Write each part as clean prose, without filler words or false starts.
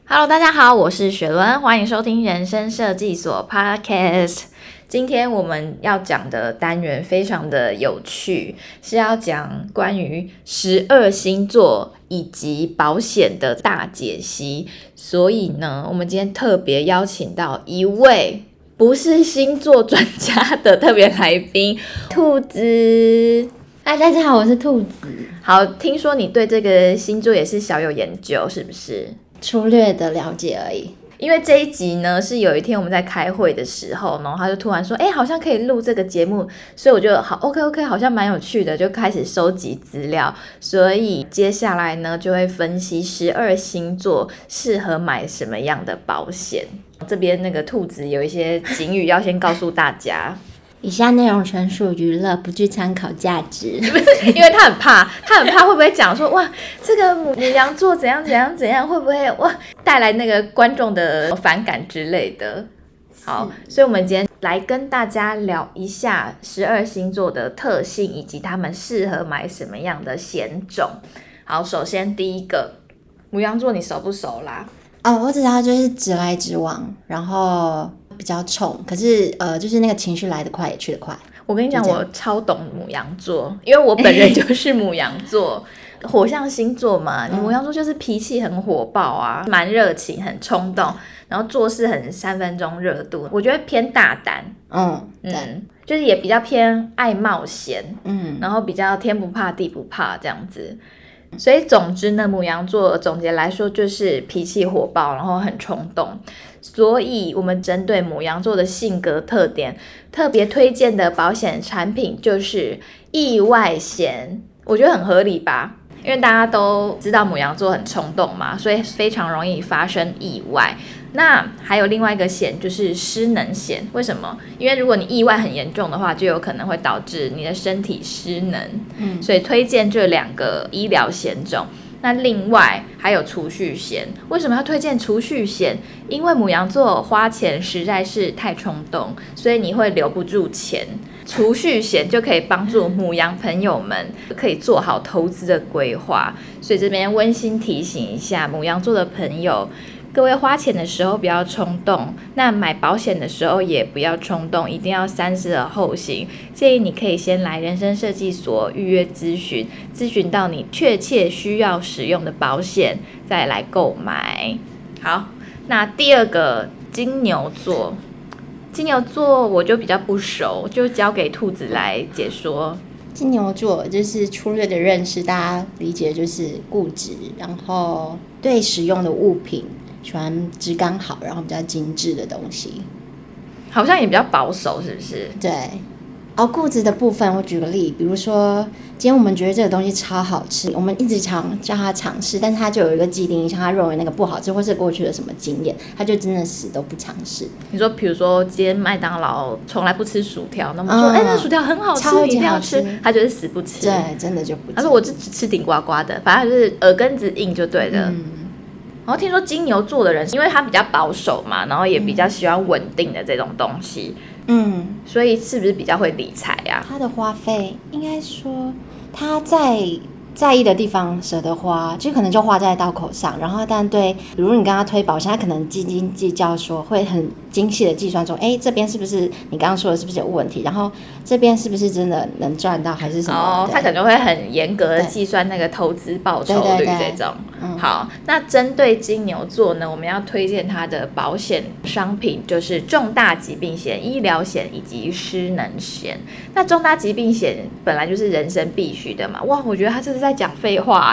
Hello， 大家好，我是雪伦，欢迎收听人生设计所 Podcast。今天我们要讲的单元非常的有趣，是要讲关于12星座以及保险的大解析。所以呢，我们今天特别邀请到一位不是星座专家的特别来宾，兔子。 嗨，大家好，我是兔子。 好，听说你对这个星座也是小有研究，是不是？ 粗略的了解而已。 因为这一集呢，是有一天我们在开会的时候，然后他就突然说，好像可以录这个节目，所以我就好 OK， 好像蛮有趣的，就开始收集资料。所以接下来呢，就会分析12星座适合买什么样的保险。这边那个兔子有一些警语要先告诉大家。 以下内容纯属娱乐，不具参考价值。 因为他很怕会不会讲说，哇，这个牡羊座怎样，会不会哇带来那个观众的反感之类的。好，所以我们今天来跟大家聊一下12星座的特性，以及他们适合买什么样的险种。好，首先第一个，牡羊座你熟不熟啦？ 我知道就是直来直往，然后比较冲，可是就是那个情绪来得快也去得快。 我跟你讲，我超懂牡羊座，因为我本人就是牡羊座，火象星座嘛。你牡羊座就是脾气很火爆啊，蛮热情，很冲动，然后做事很3分钟热度。我觉得偏大胆，就是也比较偏爱冒险，然后比较天不怕地不怕这样子。所以总之呢，牡羊座总结来说就是脾气火爆，然后很冲动。所以我们针对牡羊座的性格特点，特别推荐的保险产品就是意外险。我觉得很合理吧，因为大家都知道牡羊座很冲动嘛，所以非常容易发生意外。那还有另外一个险就是失能险，为什么？因为如果你意外很严重的话，就有可能会导致你的身体失能，所以推荐这2个医疗险种。那另外还有储蓄险，为什么要推荐储蓄险？因为牡羊座花钱实在是太冲动，所以你会留不住钱。储蓄险就可以帮助牡羊朋友们可以做好投资的规划，所以这边温馨提醒一下牡羊座的朋友，各位花钱的时候不要冲动，那买保险的时候也不要冲动，一定要三思而后行。建议你可以先来人生设计所预约咨询到你确切需要使用的保险，再来购买。好，那第2个金牛座。金牛座我就比较不熟，就交给兔子来解说。 金牛座就是粗略的认识，大家理解就是固执，然后对使用的物品喜欢质感好，然后比较精致的东西， 好像也比较保守，是不是？ 对。固执的部分，我举个例，比如说今天我们觉得这个东西超好吃，我们一直叫他尝试，但是他就有一个既定印象，他认为那个不好吃，或是过去的什么经验，他就真的死都不尝试。 你说比如说今天麦当劳从来不吃薯条，那么说那薯条很好吃，你一定要吃，他就是死不吃。 对，真的就不吃。 他说我只吃顶呱呱的，反正就是耳根子硬就对了。然后听说金牛座的人，因为他比较保守嘛，然后也比较喜欢稳定的这种东西，所以是不是比较会理财啊？ 他的花费应该说他在意的地方舍得花，就可能就花在刀口上。然后但对，比如你跟他推保险，他可能斤斤计较，说会很精细的计算说，这边是不是你刚刚说的是不是有问题？然后这边是不是真的能赚到还是什么？ 他可能会很严格的计算那个投资报酬率这种。好，那针对金牛座呢，我们要推荐他的保险商品就是重大疾病险、医疗险以及失能险。那重大疾病险本来就是人生必须的嘛，哇，我觉得他这是在讲废话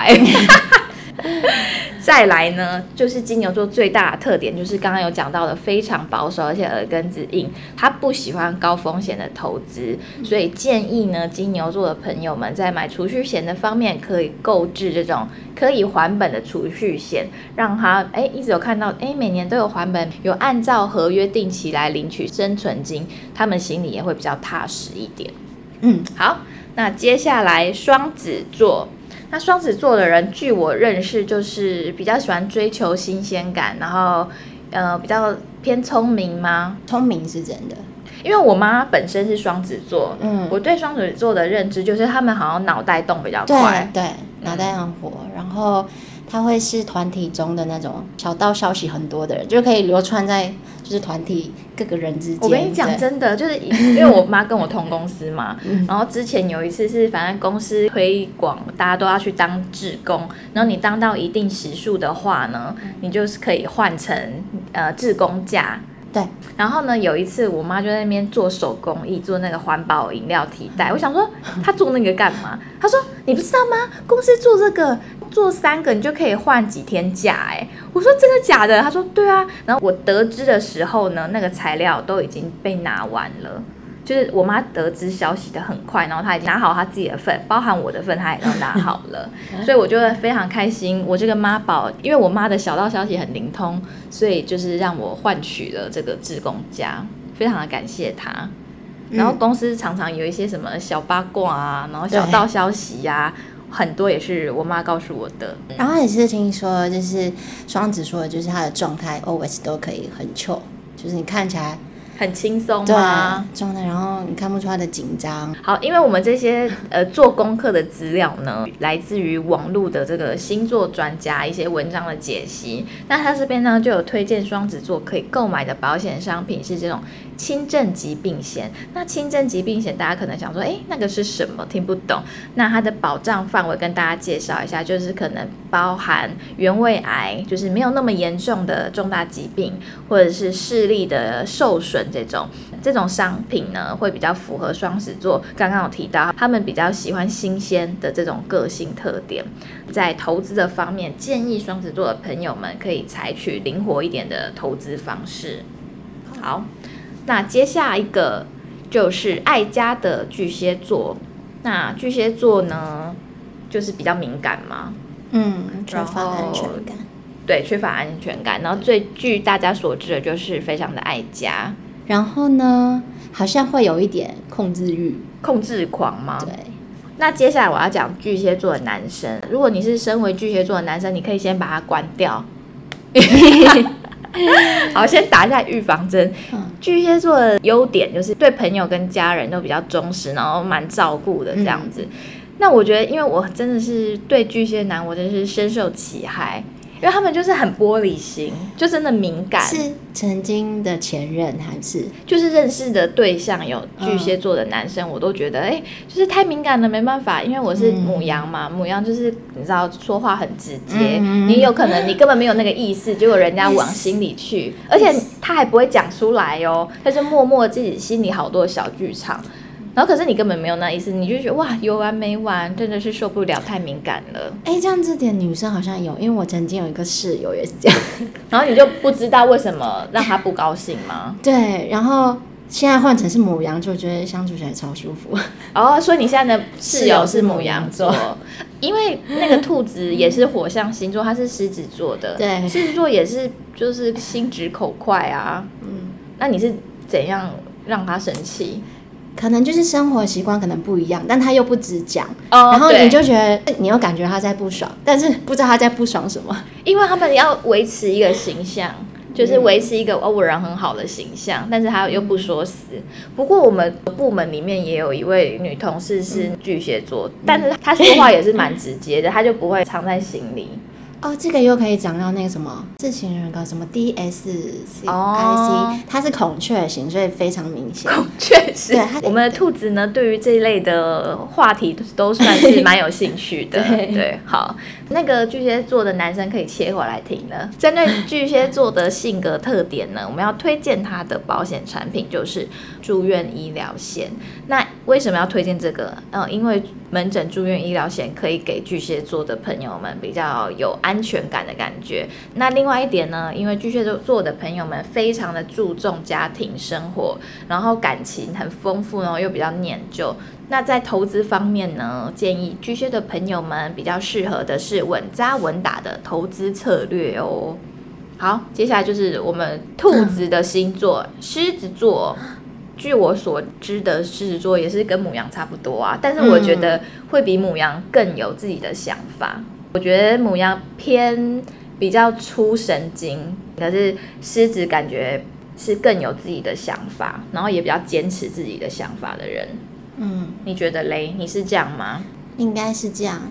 再来呢，就是金牛座最大的特点就是刚刚有讲到的非常保守，而且耳根子硬，他不喜欢高风险的投资，所以建议呢金牛座的朋友们在买储蓄险的方面可以购置这种可以还本的储蓄险，让他一直有看到每年都有还本，有按照合约定期来领取生存金，他们心里也会比较踏实一点。好，那接下来双子座。那双子座的人，据我认识，就是比较喜欢追求新鲜感，然后比较偏聪明吗？ 聪明是真的， 因为我妈本身是双子座，我对双子座的认知就是他们好像脑袋动比较快， 对，脑袋很活，然后他会是团体中的那种小道消息很多的人，就可以流传在就是团体各个人之间。 我跟你讲真的，就是因为我妈跟我同公司嘛，然后之前有一次是反正公司推广大家都要去当志工，然后你当到一定时数的话呢，你就是可以换成志工假。 对， 然后呢，有一次我妈就在那边做手工艺，做那个环保饮料提袋。我想说，她做那个干嘛？她说：“你不知道吗？公司做这个，做3个你就可以换几天假。”我说：“真的假的？”她说：“对啊。”然后我得知的时候呢，那个材料都已经被拿完了。就是我妈得知消息的很快，然后她已经拿好她自己的份，包含我的份，她也都拿好了，所以我就非常开心。我这个妈宝，因为我妈的小道消息很灵通，所以就是让我换取了这个志工假，非常的感谢她。然后公司常常有一些什么小八卦啊，然后小道消息啊，很多也是我妈告诉我的。 然后也是听说，就是双子说的，就是他的状态 always 都可以很 chill，就是你看起来很轻松吗？ 对，状态，然后你看不出他的紧张。 好，因为我们这些做功课的资料呢，来自于网络的这个星座专家一些文章的解析。那他这边呢就有推荐双子座可以购买的保险商品是这种轻症疾病险。那轻症疾病险大家可能想说，那个是什么？听不懂。那它的保障范围跟大家介绍一下，就是可能包含原位癌，就是没有那么严重的重大疾病，或者是视力的受损。这种商品呢，会比较符合双子座刚刚有提到，他们比较喜欢新鲜的这种个性特点。在投资的方面，建议双子座的朋友们可以采取灵活一点的投资方式。好，那接下一个就是爱家的巨蟹座。那巨蟹座呢，就是比较敏感嘛， 缺乏安全感。 对，缺乏安全感，然后最据大家所知的就是非常的爱家。 然后呢，好像会有一点控制欲、 控制狂吗？ 对。 那接下来我要讲巨蟹座的男生。如果你是身为巨蟹座的男生，你可以先把它关掉。好，先打一下预防针。巨蟹座的优点就是对朋友跟家人都比较忠实，然后蛮照顾的这样子。那我觉得，因为我真的是对巨蟹男，我真是深受其害。因为他们就是很玻璃心，就真的敏感。 是曾经的前任还是？ 就是认识的对象有巨蟹座的男生，我都觉得就是太敏感了，没办法，因为我是牡羊嘛，牡羊就是你知道说话很直接，你有可能你根本没有那个意思，结果人家往心里去，而且他还不会讲出来哦，他就默默自己心里好多小剧场。然后可是你根本没有那意思，你就觉得哇有完没完，真的是受不了，太敏感了。 这样这点女生好像有，因为我曾经有一个室友也是这样， 然后你就不知道为什么让她不高兴吗？ 对，然后现在换成是牡羊，就觉得相处起来超舒服。 所以你现在的室友是牡羊座，因为那个兔子也是火象星座，它是狮子座的， 对， 狮子座也是就是心直口快啊。那你是怎样让他生气？ 可能就是生活习惯可能不一样，但他又不直讲，然后你就觉得你又感觉他在不爽，但是不知道他在不爽什么， 因为他们要维持一个形象，就是维持一个我人很好的形象，但是他又不说死。不过我们部门里面也有一位女同事是巨蟹座，但是她说话也是蛮直接的，她就不会藏在心里。 这个又可以讲到那个什么自情人格，什么 DSCIC，它是孔雀型，所以非常明显。 孔雀型，我们的兔子呢，对于这一类的话题都算是蛮有兴趣的。对，好，那个巨蟹座的男生可以切回来听了。针对巨蟹座的性格特点呢，我们要推荐他的保险产品就是住院医疗险。那为什么要推荐这个？因为门诊住院医疗险可以给巨蟹座的朋友们比较有安全感的感觉。那另外一点呢，因为巨蟹座的朋友们非常的注重家庭生活，然后感情很丰富，然后又比较念旧。那在投资方面呢，建议巨蟹的朋友们比较适合的是稳扎稳打的投资策略哦。好，接下来就是我们兔子的星座，狮子座。据我所知的狮子座也是跟牡羊差不多啊，但是我觉得会比牡羊更有自己的想法。我觉得牡羊偏比较粗神经，可是狮子感觉是更有自己的想法，然后也比较坚持自己的想法的人。你觉得嘞？你是这样吗？ 应该是这样。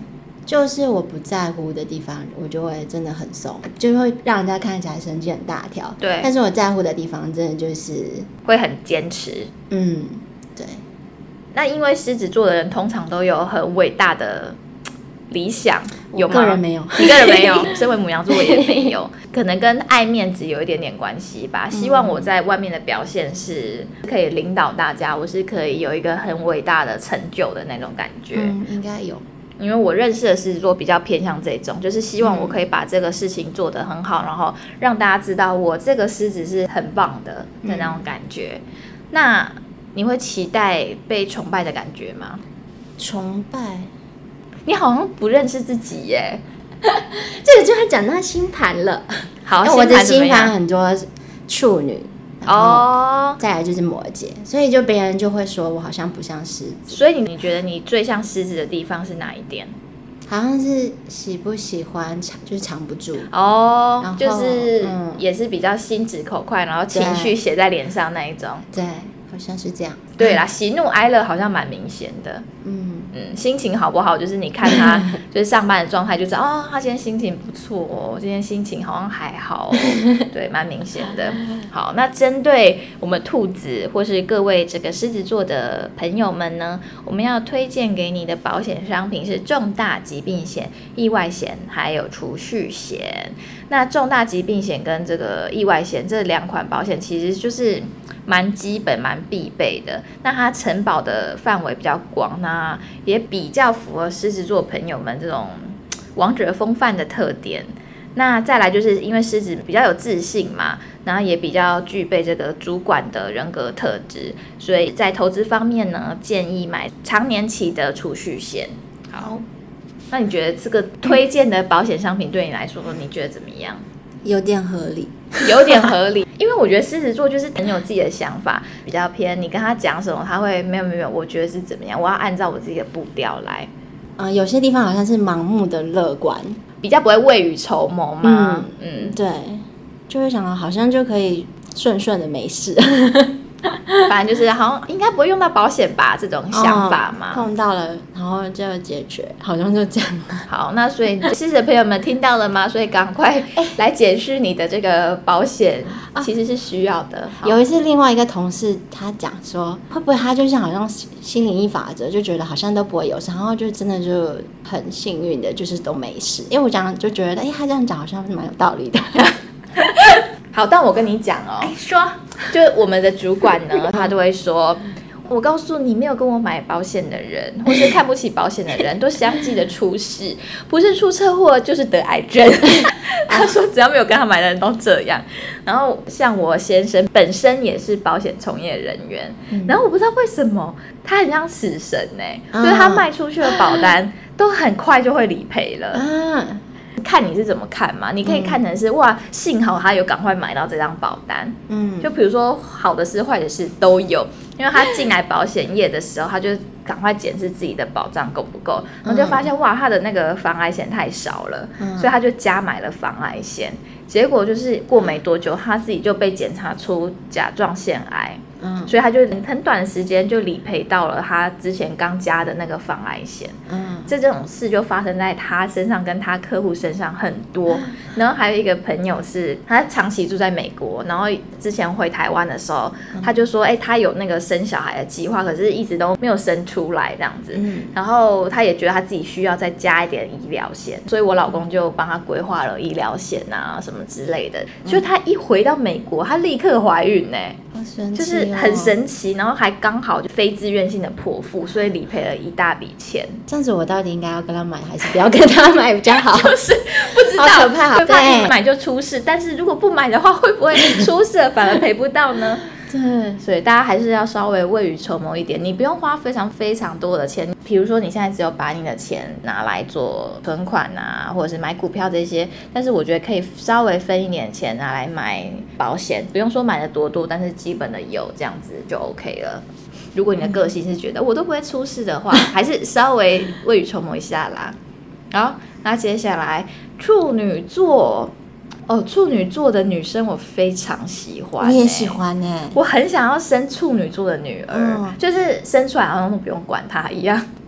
就是我不在乎的地方，我就会真的很松，就会让人家看起来神经很大条。 对， 但是我在乎的地方，真的就是会很坚持。 对。 那因为狮子座的人通常都有很伟大的理想，有吗？ 我个人没有， 你个人没有，身为牡羊座我也没有，可能跟爱面子有一点点关系吧。希望我在外面的表现是可以领导大家，我是可以有一个很伟大的成就的那种感觉。 应该有。 因为我认识的狮子座比较偏向这种，就是希望我可以把这个事情做得很好，然后让大家知道我这个狮子是很棒的那种感觉。那你会期待被崇拜的感觉吗？ 崇拜？ 你好像不认识自己耶。 这个就要讲到星盘了。 好， 我的星盘很多处女， 哦， 再来就是摩羯，所以就别人就会说我好像不像狮子。 所以你觉得你最像狮子的地方是哪一点？ 好像是喜不喜欢就是藏不住哦，就是也是比较心直口快，然后情绪写在脸上那一种。 对，好像是这样。 对啦，喜怒哀乐好像蛮明显的。心情好不好，就是你看他就是上班的状态，就知道哦，他今天心情不错哦，今天心情好像还好哦，对，蛮明显的。好，那针对我们兔子或是各位这个狮子座的朋友们呢，我们要推荐给你的保险商品是重大疾病险、意外险还有储蓄险。那重大疾病险跟这个意外险这两款保险其实就是蛮基本蛮必备的，那它承保的范围比较广，那也比较符合狮子座朋友们这种王者风范的特点。那再来就是因为狮子比较有自信嘛，然后也比较具备这个主管的人格特质，所以在投资方面呢，建议买长年期的储蓄险。好，那你觉得这个推荐的保险商品对你来说，你觉得怎么样？ 有点合理， 有点合理，因为我觉得狮子座就是很有自己的想法，比较偏你跟他讲什么，他会没有，我觉得是怎么样，我要按照我自己的步调来。 有些地方好像是盲目的乐观， 比较不会未雨绸缪嘛。 对，就会想到好像就可以顺顺的没事。 反正就是好像应该不会用到保险吧，这种想法嘛。 碰到了，然后就解决，好像就这样。 好，那所以狮子的朋友们听到了吗？所以赶快来解释你的这个保险，其实是需要的。 有一次，另外一个同事他讲说，会不会他就像好像心灵一法则，就觉得好像都不会有事，然后就真的就很幸运的，就是都没事。因为我讲就觉得，他这样讲好像是蛮有道理的。 好，但我跟你讲哦，说，就是我们的主管呢，他都会说，我告诉你，没有跟我买保险的人，或是看不起保险的人，都相继的出事，不是出车祸就是得癌症。他说，只要没有跟他买的人都这样。然后像我先生本身也是保险从业人员，然后我不知道为什么他很像死神就是他卖出去的保单都很快就会理赔了。看你是怎么看嘛，你可以看成是哇，幸好他有赶快买到这张保单。就比如说好的事坏的事都有，因为他进来保险业的时候，他就赶快检视自己的保障够不够，然后就发现哇，他的那个防癌险太少了，所以他就加买了防癌险。结果就是过没多久，他自己就被检查出甲状腺癌。所以他就很短的时间就理赔到了他之前刚加的那个防癌险。这种事就发生在他身上跟他客户身上很多。然后还有一个朋友是他长期住在美国，然后之前回台湾的时候，他就说他有那个生小孩的计划，可是一直都没有生出来这样子。然后他也觉得他自己需要再加一点医疗险，所以我老公就帮他规划了医疗险啊什么之类的。就他一回到美国，他立刻怀孕就是很神奇，然后还刚好就非自愿性的剖腹，所以理赔了一大笔钱。 这样子我到底应该要跟他买还是不要跟他买比较好？ 就是不知道， 好可怕， 会怕一买就出事，但是如果不买的话，会不会出事了反而赔不到呢？ 对， 所以大家还是要稍微未雨绸缪一点，你不用花非常多的钱。比如说你现在只有把你的钱拿来做存款啊，或者是买股票这些，但是我觉得可以稍微分一点钱拿来买保险，不用说买的多，但是基本的有这样子就 OK 了。如果你的个性是觉得我都不会出事的话，还是稍微未雨绸缪一下啦。好，那接下来处女座。处女座的女生我非常喜欢。 你也喜欢我很想要生处女座的女儿，就是生出来好像都不用管她一样。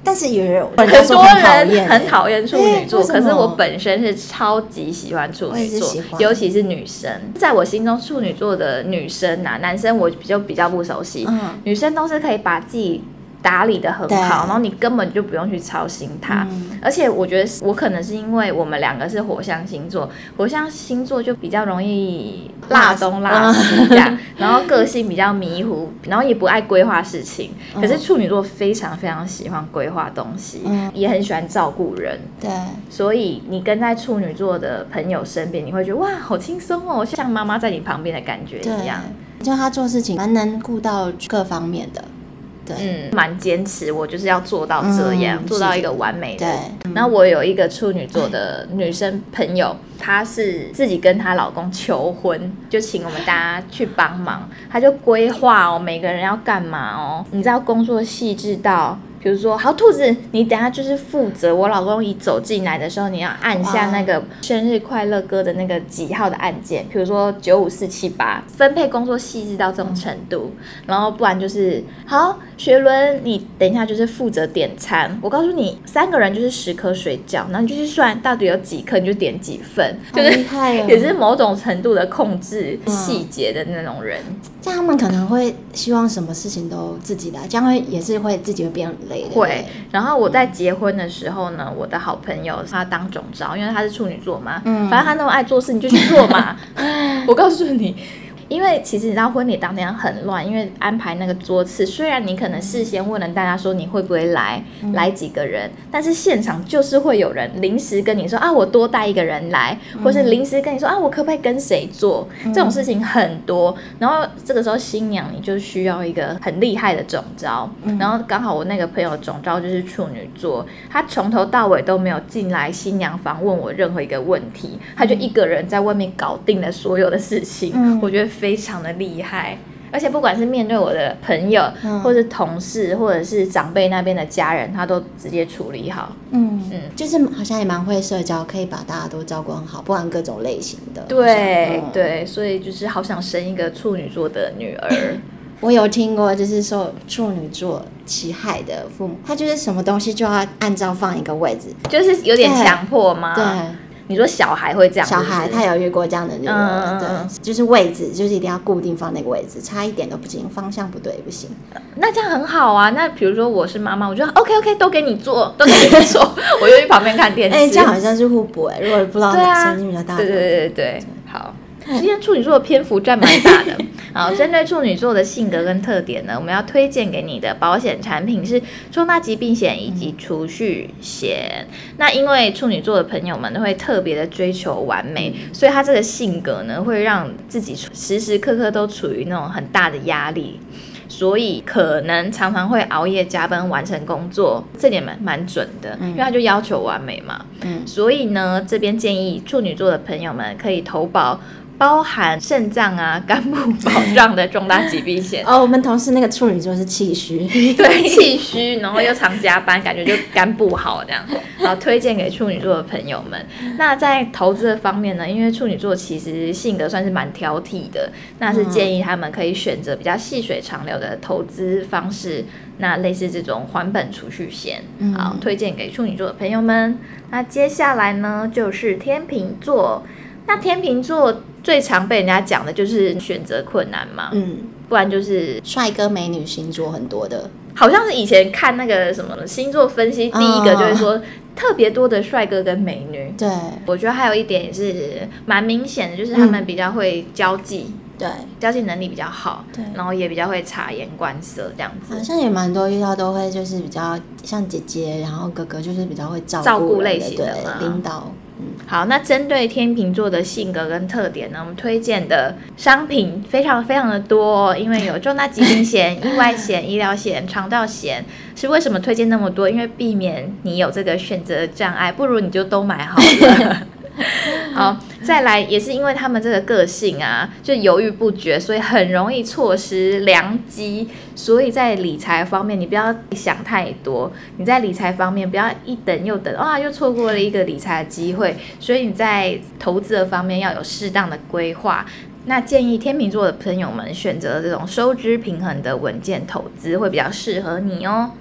但是也有很多人很讨厌处女座，可是我本身是超级喜欢处女座，尤其是女生。在我心中，处女座的女生啊，男生我比较不熟悉，女生都是可以把自己打理得很好，然后你根本就不用去操心它。而且我觉得我可能是因为我们两个是火象星座，火象星座就比较容易辣东辣西这样，然后个性比较迷糊，然后也不爱规划事情。可是处女座非常非常喜欢规划东西，也很喜欢照顾人。 对， 所以你跟在处女座的朋友身边，你会觉得哇，好轻松哦，像妈妈在你旁边的感觉一样。 就他做事情蛮能顾到各方面的。对， 蛮坚持，我就是要做到这样，做到一个完美的。 对， 然后我有一个处女座的女生朋友，她是自己跟她老公求婚，就请我们大家去帮忙，她就规划哦，每个人要干嘛哦，你知道工作细致到。比如说，好，兔子，你等下就是负责我老公一走进来的时候，你要按下那个生日快乐歌的那个几号的按键，比如说95478，分配工作细致到这种程度。然后不然就是好，学伦，你等一下就是负责点餐。我告诉你，3个人就是10颗水饺，然后你就去算到底有几颗，你就点几份，就是也是某种程度的控制细节的那种人。 这样他们可能会希望什么事情都自己来，这样也是会自己会变累的。 会。然后我在结婚的时候呢，我的好朋友他当总召，因为他是处女座嘛，反正他那么爱做事，你就去做嘛。我告诉你。因为其实你知道婚礼当天很乱，因为安排那个桌次，虽然你可能事先问了大家说你会不会来几个人，但是现场就是会有人临时跟你说啊，我多带一个人来，或是临时跟你说啊，我可不可以跟谁做，这种事情很多。然后这个时候新娘你就需要一个很厉害的总召，然后刚好我那个朋友总召就是处女座，他从头到尾都没有进来新娘房问我任何一个问题，他就一个人在外面搞定了所有的事情，我觉得非常的厉害。而且不管是面对我的朋友，或是同事，或者是长辈那边的家人，他都直接处理好。 就是好像也蛮会社交，可以把大家都照顾很好，不管各种类型的。 对、对，所以就是好想生一个处女座的女儿。 我有听过，就是说处女座其害的父母，他就是什么东西就要按照放一个位置， 就是有点强迫吗？ 对。 你说小孩会这样， 小孩他有遇过这样的女儿，对，就是位置就是一定要固定放那个位置，差一点都不行，方向不对不行。 那这样很好啊。那比如说我是妈妈，我就 OK 都给你做，都给你做，我就去旁边看电视。 这样好像是互补如果不知道声音比较大， 对，好。今天处女座的篇幅占蛮大的。好，针对处女座的性格跟特点呢，我们要推荐给你的保险产品是重大疾病险以及储蓄险。那因为处女座的朋友们都会特别的追求完美，所以他这个性格呢，会让自己时时刻刻都处于那种很大的压力。所以可能常常会熬夜加班完成工作，这点蛮准的，因为他就要求完美嘛。所以呢，这边建议处女座的朋友们可以投保包含肾脏啊、肝部保障的重大疾病险。 我们同事那个处女座是气虚， 对，气虚，然后又常加班，感觉就肝不好这样。然后推荐给处女座的朋友们。那在投资的方面呢，因为处女座其实性格算是蛮挑剔的，那是建议他们可以选择比较细水长流的投资方式，那类似这种还本储蓄险，好，推荐给处女座的朋友们。那接下来呢，就是天秤座。那天秤座最常被人家讲的就是选择困难嘛，不然就是帅哥美女星座很多的， 好像是以前看那个什么星座分析，第一个就是说特别多的帅哥跟美女。 对， 我觉得还有一点也是蛮明显的，就是他们比较会交际。 对， 交际能力比较好，对，然后也比较会察言观色这样子。 好像也蛮多遇到都会就是比较像姐姐，然后哥哥就是比较会照顾类型的嘛， 领导。 好，那针对天秤座的性格跟特点呢，我们推荐的商品非常非常的多因为有重大疾病险、意外险、医疗险、长照险。是为什么推荐那么多？因为避免你有这个选择障碍，不如你就都买好了。好，再来也是因为他们这个个性啊，就犹豫不决，所以很容易错失良机。所以在理财方面，你不要想太多。你在理财方面不要一等又等，又错过了一个理财的机会。所以你在投资的方面要有适当的规划。那建议天秤座的朋友们选择这种收支平衡的稳健投资，会比较适合你哦。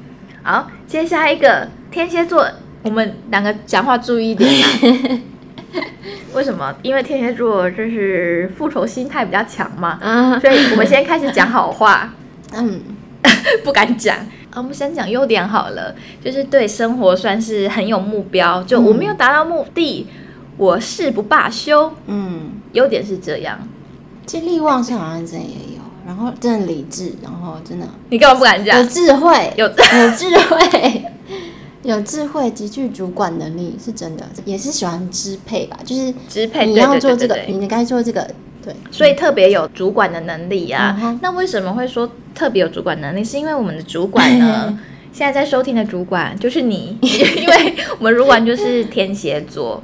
好，接下来一个天蝎座，我们两个讲话注意一点啊。为什么？因为天蝎座就是复仇心态比较强嘛，所以我们先开始讲好话。不敢讲。我们先讲优点好了，就是对生活算是很有目标，就我没有达到目的，我誓不罢休。优点是这样。 精力旺盛好像真的也有，然后真的理智，然后真的你干嘛不敢讲？ 有智慧， 有智慧，有智慧，极具主管能力，是真的，也是喜欢支配吧，就是支配， 你要做这个， 对你该做这个，对， 所以特别有主管的能力啊。那为什么会说特别有主管能力？是因为我们的主管呢，现在在收听的主管就是你，因为我们主管就是天蝎座，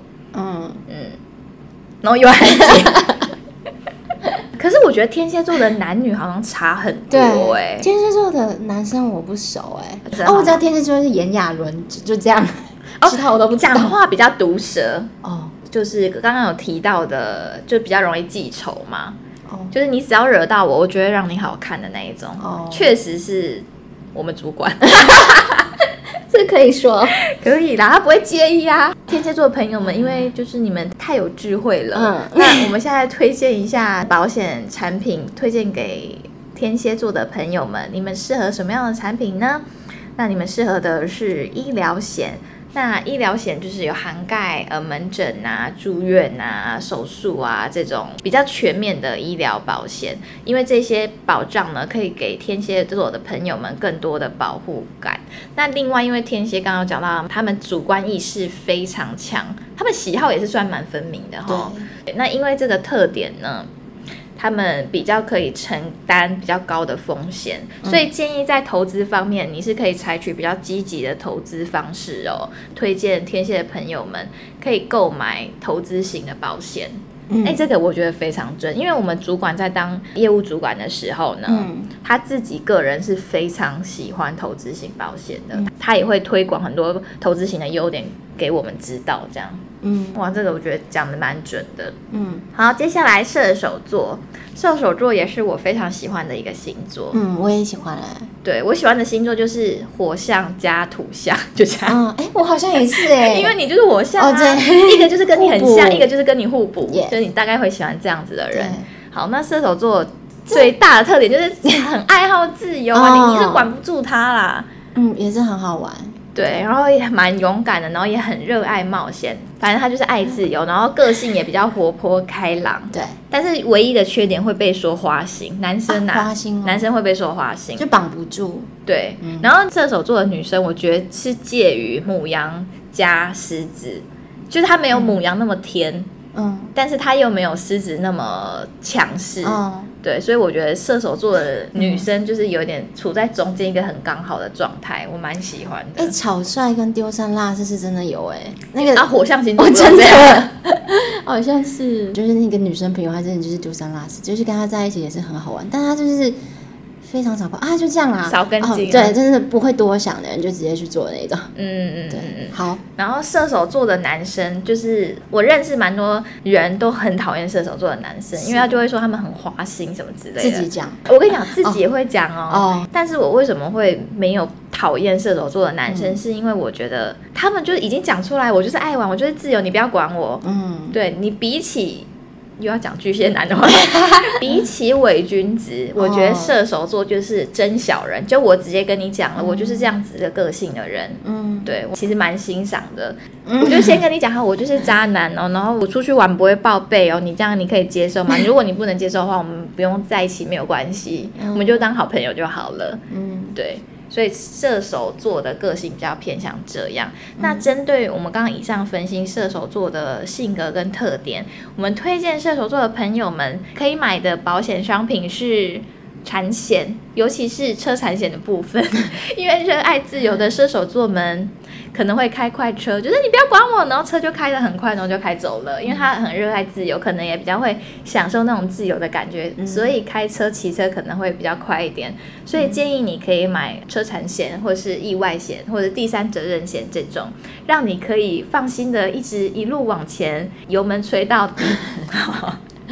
然后又很紧。可是我觉得天蝎座的男女好像差很多天蝎座的男生我不熟我知道天蝎座是炎亚纶，就这样，其他我都不知道。 讲话比较毒舌就是刚刚有提到的，就比较容易记仇嘛。就是你只要惹到我，我觉得让你好看的那一种。确实是我们主管。 这可以说可以啦，他不会介意啊。天蝎座的朋友们，因为就是你们太有智慧了，那我们现在推荐一下保险产品，推荐给天蝎座的朋友们，你们适合什么样的产品呢？那你们适合的是医疗险。那医疗险就是有涵盖门诊啊、住院啊、手术啊这种比较全面的医疗保险，因为这些保障呢，可以给天蝎座的朋友们更多的保护感。那另外，因为天蝎刚刚讲到，他们主观意识非常强，他们喜好也是算蛮分明的哈。那因为这个特点呢，他们比较可以承担比较高的风险，所以建议在投资方面，你是可以采取比较积极的投资方式哦。推荐天蝎的朋友们可以购买投资型的保险。这个我觉得非常准，因为我们主管在当业务主管的时候呢，他自己个人是非常喜欢投资型保险的，他也会推广很多投资型的优点给我们知道，这样。哇，这个我觉得讲的蛮准的。好，接下来射手座，射手座也是我非常喜欢的一个星座。 我也喜欢对，我喜欢的星座就是火象加土象，就这样。 我好像也是因为你就是火象啊，一个就是跟你很像，一个就是跟你互补，就是你大概会喜欢这样子的人。好，那射手座最大的特点就是很爱好自由啊，你是管不住他啦。 也是很好玩。 对，然后也蛮勇敢的，然后也很热爱冒险，反正他就是爱自由，然后个性也比较活泼开朗。 对， 但是唯一的缺点会被说花心，男生花心男生会被说花心， 就绑不住。 对，然后射手座的女生，我觉得是介于牡羊加狮子，就是她没有牡羊那么甜，但是她又没有狮子那么强势。对，所以我觉得射手座的女生就是有点处在中间一个很刚好的状态，我蛮喜欢的。 草率跟丢三落四是真的有那个火象星座真的好像是，就是那个女生朋友，她真的就是丢三落四，就是跟她在一起也是很好玩，但她就是非常少就这样啦， 少跟进。 对，真的不会多想的人就直接去做的那种。对，好。 然后射手座的男生，就是我认识蛮多人都很讨厌射手座的男生，因为他就会说他们很花心什么之类的。 自己讲， 我跟你讲，自己也会讲但是我为什么会没有讨厌射手座的男生，是因为我觉得他们就已经讲出来，我就是爱玩，我就是自由，你不要管我。对，你比起又要讲巨蟹男的话，比起伪君子，我觉得射手座就是真小人。就我直接跟你讲了，我就是这样子的个性的人。对，我其实蛮欣赏的。我就先跟你讲我就是渣男然后我出去玩不会报备你这样你可以接受吗？如果你不能接受的话，我们不用在一起，没有关系，我们就当好朋友就好了。对。所以射手座的个性比较偏向这样。那针对我们刚刚以上分析射手座的性格跟特点，我们推荐射手座的朋友们可以买的保险商品是产险，尤其是车产险的部分，因为热爱自由的射手座们可能会开快车，就是你不要管我，然后车就开得很快，然后就开走了，因为他很热爱自由，可能也比较会享受那种自由的感觉，所以开车骑车可能会比较快一点，所以建议你可以买车产险或是意外险或者第三责任险这种，让你可以放心的一路往前，油门吹到底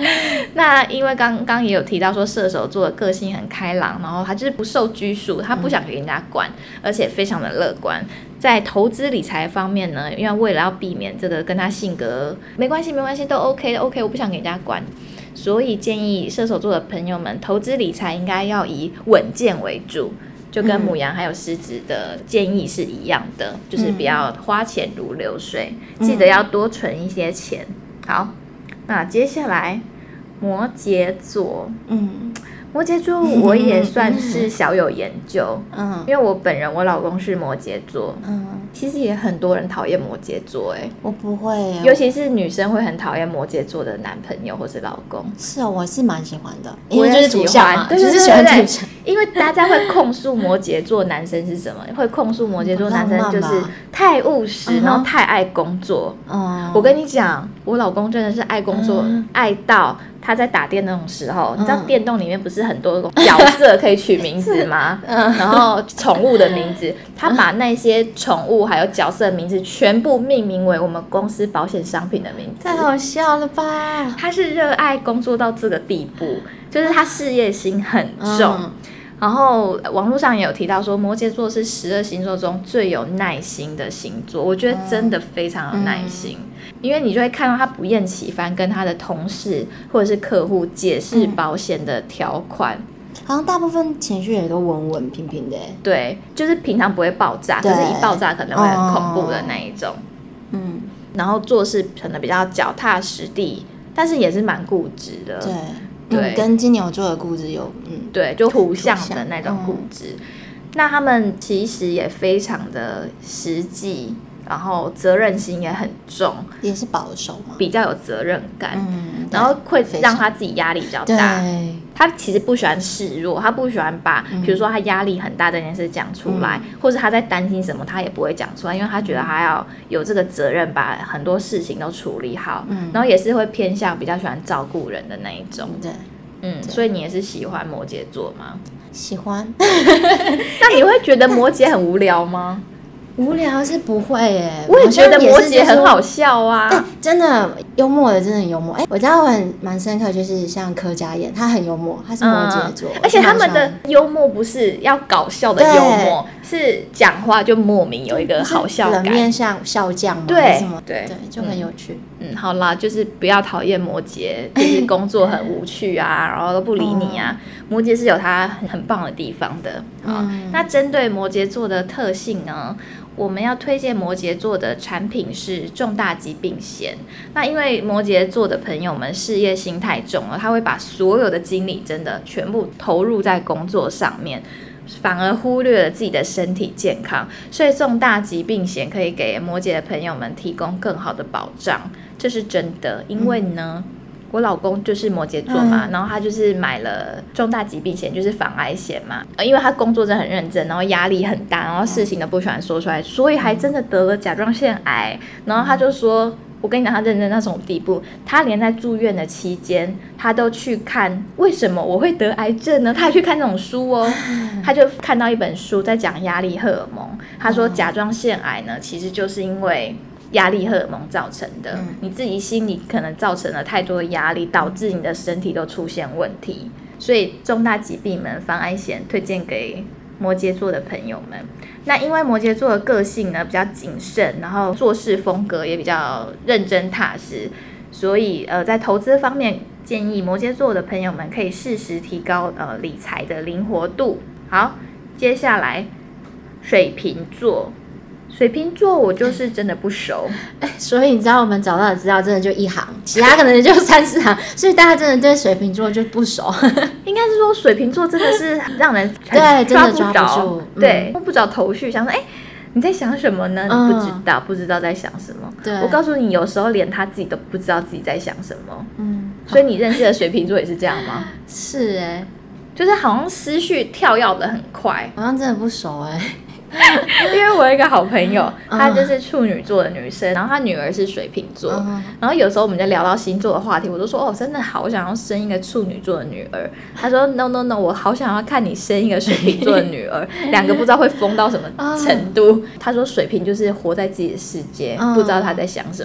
那因为刚刚也有提到说射手座的个性很开朗，然后他就是不受拘束，他不想给人家管，而且非常的乐观。在投资理财方面呢，因为为了要避免这个跟他性格没关系都 OK， 我不想给人家管，所以建议射手座的朋友们投资理财应该要以稳健为主，就跟牡羊还有狮子的建议是一样的，就是不要花钱如流水，记得要多存一些钱。好，那接下来摩羯座，摩羯座我也算是小有研究，因为我老公是摩羯座，其实也很多人讨厌摩羯座， 我不会， 尤其是女生会很讨厌摩羯座的男朋友或是老公。 是我是蛮喜欢的， 因为就是土象嘛， 就是喜欢土象。 因为大家会控诉摩羯座男生是什么？会控诉摩羯座男生就是太务实，然后太爱工作。我跟你讲，我老公真的是爱工作，爱到他在打电动的时候，你知道电动里面不是很多角色可以取名字吗？然后宠物的名字，他把那些宠物还有角色的名字全部命名为我们公司保险商品的名字。 太好笑了吧？ 他是热爱工作到这个地步，就是他事业心很重。然后网络上也有提到说，摩羯座是12星座中最有耐心的星座，我觉得真的非常有耐心，因为你就会看到他不厌其烦跟他的同事或者是客户解释保险的条款， 好像大部分情绪也都稳稳平平的。 对，就是平常不会爆炸，可是一爆炸可能会很恐怖的那一种。然后做事可能比较脚踏实地，但是也是蛮固执的。对， 跟金牛座的固执有， 对，就土象的那种固执。那他们其实也非常的实际，然后责任心也很重， 也是保守嘛， 比较有责任感，然后会让他自己压力比较大。他其实不喜欢示弱，他不喜欢把比如说他压力很大这件事讲出来，或者他在担心什么，他也不会讲出来，因为他觉得他要有这个责任把很多事情都处理好，然后也是会偏向比较喜欢照顾人的那一种。所以你也是喜欢摩羯座吗？ 喜欢。 那你会觉得摩羯很无聊吗？ 无聊是不会耶， 我也觉得摩羯很好笑啊， 真的幽默的，真的很幽默。我知道我蛮深刻，就是像柯佳嬿，他很幽默，他是摩羯座， 而且他们的幽默不是要搞笑的幽默，是讲话就莫名有一个好笑感， 冷面像笑匠嘛，对，就很有趣。 好啦，就是不要讨厌摩羯，就是工作很无趣啊，然后都不理你啊。摩羯是有他很棒的地方的。那针对摩羯座的特性呢，我们要推荐摩羯座的产品是重大疾病险。那因为摩羯座的朋友们事业心太重了，他会把所有的精力真的全部投入在工作上面，反而忽略了自己的身体健康，所以重大疾病险可以给摩羯的朋友们提供更好的保障，这是真的。因为呢，我老公就是摩羯座嘛，然后他就是买了重大疾病险，就是防癌险嘛。因为他工作真的很认真，然后压力很大，然后事情都不喜欢说出来，所以还真的得了甲状腺癌。然后他就说，我跟你讲，他认真到什么地步？他连在住院的期间，他都去看为什么我会得癌症呢？他还去看这种书哦。他就看到一本书在讲压力荷尔蒙，他说甲状腺癌呢，其实就是因为压力荷尔蒙造成的，你自己心里可能造成了太多的压力，导致你的身体都出现问题。所以重大疾病们防癌险推荐给摩羯座的朋友们。那因为摩羯座的个性呢比较谨慎，然后做事风格也比较认真踏实，所以在投资方面建议摩羯座的朋友们可以适时提高理财的灵活度。好，接下来水瓶座。水瓶座我就是真的不熟， 所以你知道我们找到的资料真的就一行，其他可能就3-4行，所以大家真的对水瓶座就不熟。 应该是说水瓶座真的是让人对真的抓不住， 对，摸不着头绪，想说你在想什么呢？你不知道在想什么。我告诉你，有时候连他自己都不知道自己在想什么。所以你认识的水瓶座也是这样吗？ 是就是好像思绪跳跃的很快， 好像真的不熟因为我有一个好朋友，她就是处女座的女生，然后她女儿是水瓶座，然后有时候我们在聊到星座的话题，我都说真的好想要生一个处女座的女儿。她说 no， 我好想要看你生一个水瓶座的女儿，两个不知道会疯到什么程度。她说水瓶就是活在自己的世界，不知道她在想什么。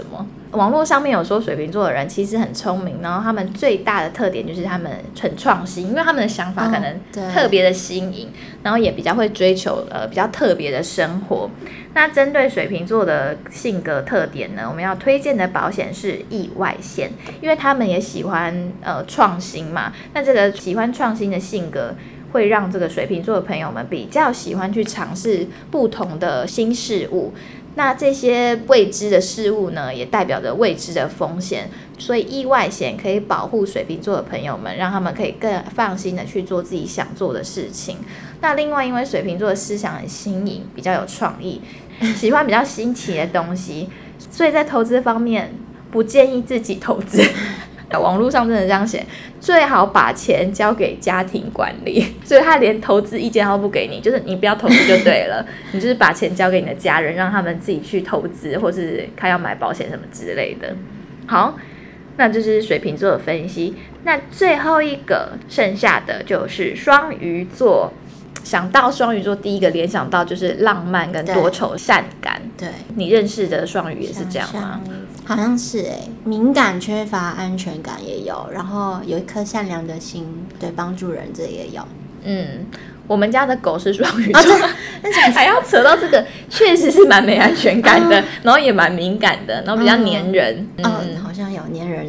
网络上面有说水瓶座的人其实很聪明，然后他们最大的特点就是他们很创新，因为他们的想法可能特别的新颖，然后也比较会追求比较特别的生活。那针对水瓶座的性格特点呢，我们要推荐的保险是意外险，因为他们也喜欢创新嘛。那这个喜欢创新的性格会让这个水瓶座的朋友们比较喜欢去尝试不同的新事物。那这些未知的事物呢，也代表着未知的风险，所以意外险可以保护水瓶座的朋友们，让他们可以更放心的去做自己想做的事情。那另外，因为水瓶座的思想很新颖，比较有创意，喜欢比较新奇的东西，所以在投资方面不建议自己投资。网络上真的这样写，最好把钱交给家庭管理，所以他连投资意见都不给你，就是你不要投资就对了，你就是把钱交给你的家人，让他们自己去投资，或是看要买保险什么之类的。好，那这是水瓶座的分析。那最后一个剩下的就是双鱼座。想到双鱼座，第一个联想到就是浪漫跟多愁善感。 对， 你认识的双鱼也是这样吗？ 好像是敏感、缺乏安全感也有，然后有一颗善良的心，对，帮助人这也有。 我们家的狗是双鱼座，还要扯到这个，确实是蛮没安全感的，然后也蛮敏感的，然后比较黏人。 好像有黏人，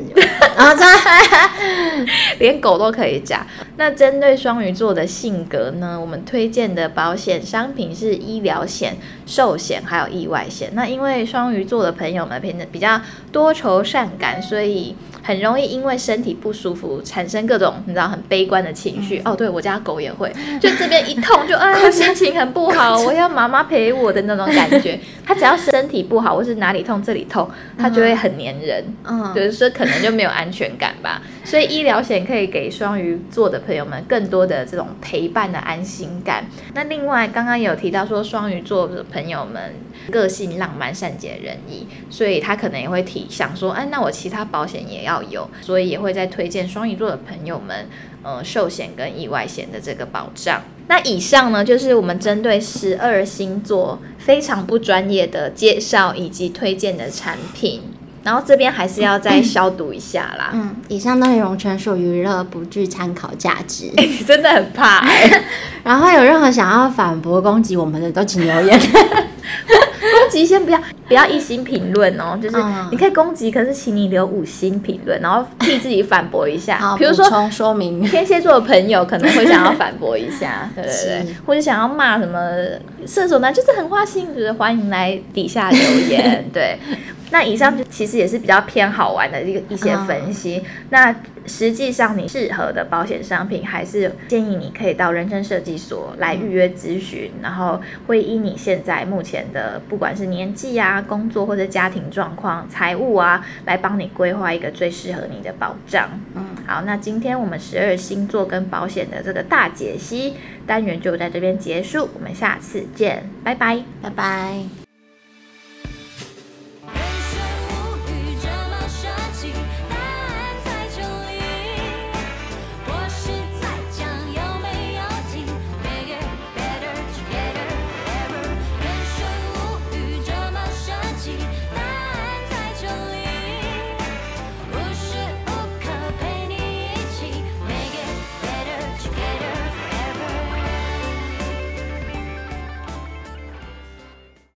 连狗都可以讲。那针对双鱼座的性格呢，我们推荐的保险商品是医疗险、寿险还有意外险。那因为双鱼座的朋友们比较多愁善感，所以很容易因为身体不舒服产生各种你知道很悲观的情绪。对，我家狗也会，就这边一痛就心情很不好，我要妈妈陪我的那种感觉。它只要身体不好或是哪里痛这里痛，它就会很黏人。就是说可能就没有安全感吧。所以医疗险可以给双鱼座的朋友们更多的这种陪伴的安心感。那另外刚刚有提到说双鱼座的朋友们个性浪漫、善解人意，所以他可能也会想说，那我其他保险也要有，所以也会再推荐双鱼座的朋友们寿险跟意外险的这个保障。那以上呢，就是我们针对12星座非常不专业的介绍以及推荐的产品。然后这边还是要再消毒一下啦。 以上内容纯属娱乐，不具参考价值。 真的很怕然后有任何想要反驳攻击我们的，都请留言。 攻击先不要一星评论哦，就是你可以攻击，可是请你留5星评论，然后替自己反驳一下。比如说补充说明， 天蝎座的朋友可能会想要反驳一下，对对对，或者想要骂什么射手男就是很花心，就是欢迎来底下留言。对，那以上其实也是比较偏好玩的一些分析。那实际上你适合的保险商品，还是建议你可以到人生设计所来预约咨询，然后会依你现在目前的不管是年纪啊、工作或者家庭状况、财务啊，来帮你规划一个最适合你的保障。好，那今天我们12星座跟保险的这个大解析单元就在这边结束，我们下次见，拜拜， 拜拜。